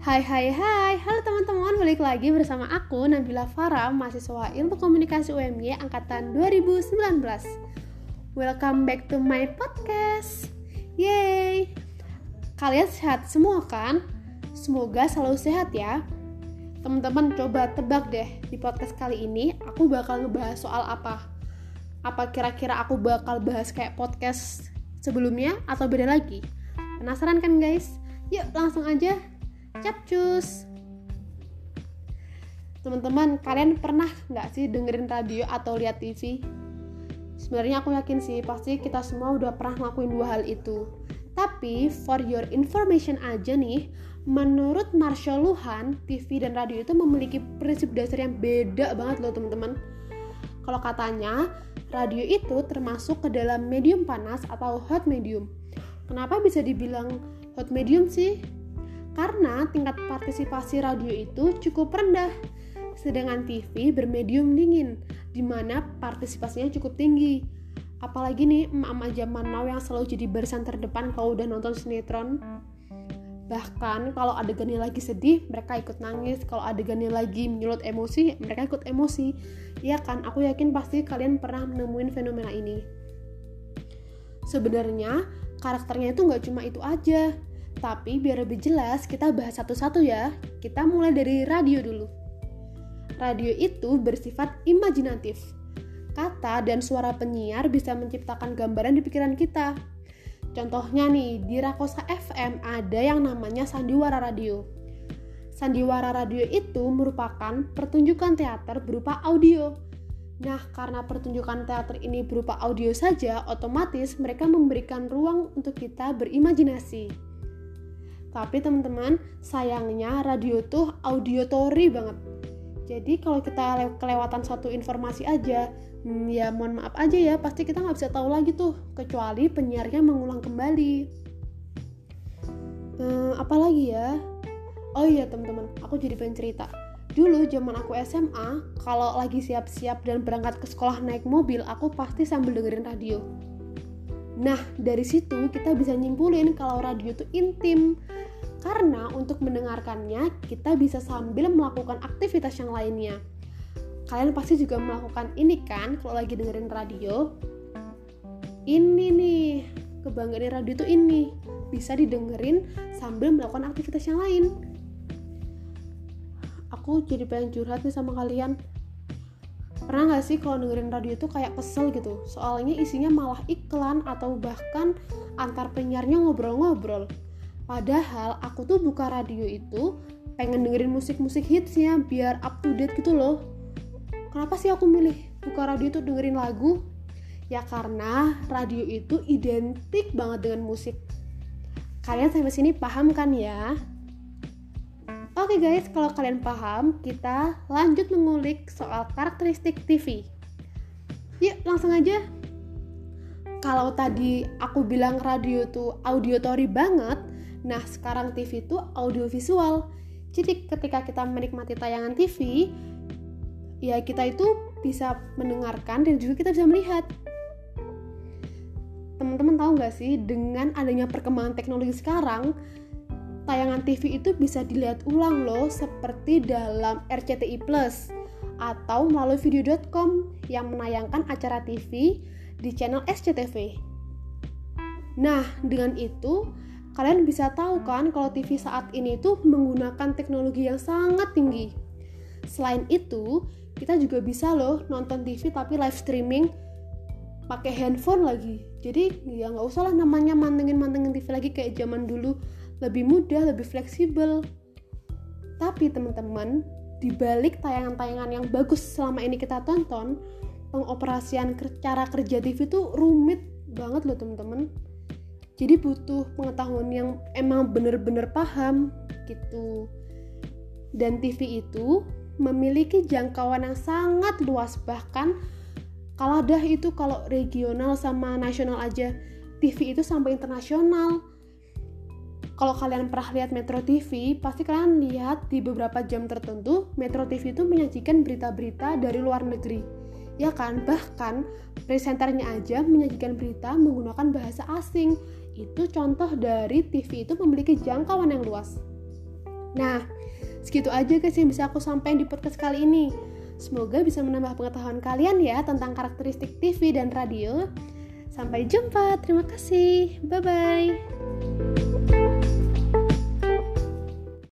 Hai, halo teman-teman, balik lagi bersama aku Nabila Farah, mahasiswa Ilmu Komunikasi UMY Angkatan 2019. Welcome back to my podcast. Yeay. Kalian sehat semua kan? Semoga selalu sehat ya. Teman-teman coba tebak deh, di podcast kali ini aku bakal ngebahas soal apa? Apa kira-kira aku bakal bahas kayak podcast sebelumnya atau beda lagi? Penasaran kan guys? Yuk langsung aja capcus. Teman-teman, kalian pernah nggak sih dengerin radio atau lihat TV? Sebenarnya aku yakin sih, pasti kita semua udah pernah ngelakuin dua hal itu. Tapi, for your information aja nih, menurut Marshall Luhan, TV dan radio itu memiliki prinsip dasar yang beda banget loh teman-teman. Kalau katanya, radio itu termasuk ke dalam medium panas atau hot medium. Kenapa bisa dibilang hot medium sih? Karena tingkat partisipasi radio itu cukup rendah, sedangkan TV bermedium dingin, di mana partisipasinya cukup tinggi. Apalagi nih emak-emak zaman now yang selalu jadi barisan terdepan kalau udah nonton sinetron. Bahkan kalau adegannya lagi sedih, mereka ikut nangis. Kalau adegannya lagi menyulut emosi, mereka ikut emosi. Iya kan, aku yakin pasti kalian pernah menemuin fenomena ini. Sebenarnya karakternya itu nggak cuma itu aja. Tapi biar lebih jelas, kita bahas satu-satu ya. Kita mulai dari radio dulu. Radio itu bersifat imajinatif. Kata dan suara penyiar bisa menciptakan gambaran di pikiran kita. Contohnya nih, di Rakosa FM ada yang namanya sandiwara radio. Sandiwara radio itu merupakan pertunjukan teater berupa audio. Nah, karena pertunjukan teater ini berupa audio saja, otomatis mereka memberikan ruang untuk kita berimajinasi. Tapi teman-teman, sayangnya radio tuh auditory banget. Jadi kalau kita kelewatan satu informasi aja, ya mohon maaf aja ya, pasti kita nggak bisa tahu lagi tuh, kecuali penyiarnya mengulang kembali. Apalagi ya? Oh iya teman-teman, aku jadi pengen cerita. Dulu zaman aku SMA, kalau lagi siap-siap dan berangkat ke sekolah naik mobil, aku pasti sambil dengerin radio. Nah, dari situ kita bisa nyimpulin kalau radio itu intim. Karena untuk mendengarkannya, kita bisa sambil melakukan aktivitas yang lainnya. Kalian pasti juga melakukan ini kan kalau lagi dengerin radio. Ini nih, kebanggaan radio itu ini. Bisa didengerin sambil melakukan aktivitas yang lain. Aku jadi pengen curhat nih sama kalian. Pernah gak sih kalau dengerin radio itu kayak kesel gitu? Soalnya isinya malah iklan atau bahkan antar penyiarnya ngobrol-ngobrol. Padahal aku tuh buka radio itu pengen dengerin musik-musik hitsnya biar up to date gitu loh. Kenapa sih aku milih buka radio itu dengerin lagu? Ya karena radio itu identik banget dengan musik. Kalian sampai sini paham kan ya? Oke guys, kalau kalian paham, kita lanjut mengulik soal karakteristik TV. Yuk, langsung aja. Kalau tadi aku bilang radio tuh auditory banget, nah sekarang TV itu audiovisual. Jadi ketika kita menikmati tayangan TV, ya kita itu bisa mendengarkan dan juga kita bisa melihat. Teman-teman tahu gak sih, dengan adanya perkembangan teknologi sekarang, tayangan TV itu bisa dilihat ulang loh, seperti dalam RCTI Plus atau melalui video.com yang menayangkan acara TV di channel SCTV. Nah, dengan itu kalian bisa tahu kan kalau TV saat ini tuh menggunakan teknologi yang sangat tinggi. Selain itu, kita juga bisa loh nonton TV tapi live streaming pakai handphone lagi. Jadi ya nggak usah lah namanya mantengin TV lagi kayak zaman dulu. Lebih mudah, lebih fleksibel. Tapi teman-teman, di balik tayangan-tayangan yang bagus selama ini kita tonton, pengoperasian cara kerja TV itu rumit banget loh teman-teman. Jadi butuh pengetahuan yang emang bener-bener paham gitu. Dan TV itu memiliki jangkauan yang sangat luas, bahkan kalau regional sama nasional aja, TV itu sampai internasional. Kalau kalian pernah lihat Metro TV, pasti kalian lihat di beberapa jam tertentu, Metro TV itu menyajikan berita-berita dari luar negeri. Ya kan, bahkan presenternya aja menyajikan berita menggunakan bahasa asing. Itu contoh dari TV itu memiliki jangkauan yang luas. Nah, segitu aja guys yang bisa aku sampaikan di podcast kali ini. Semoga bisa menambah pengetahuan kalian ya tentang karakteristik TV dan radio. Sampai jumpa, terima kasih, bye-bye.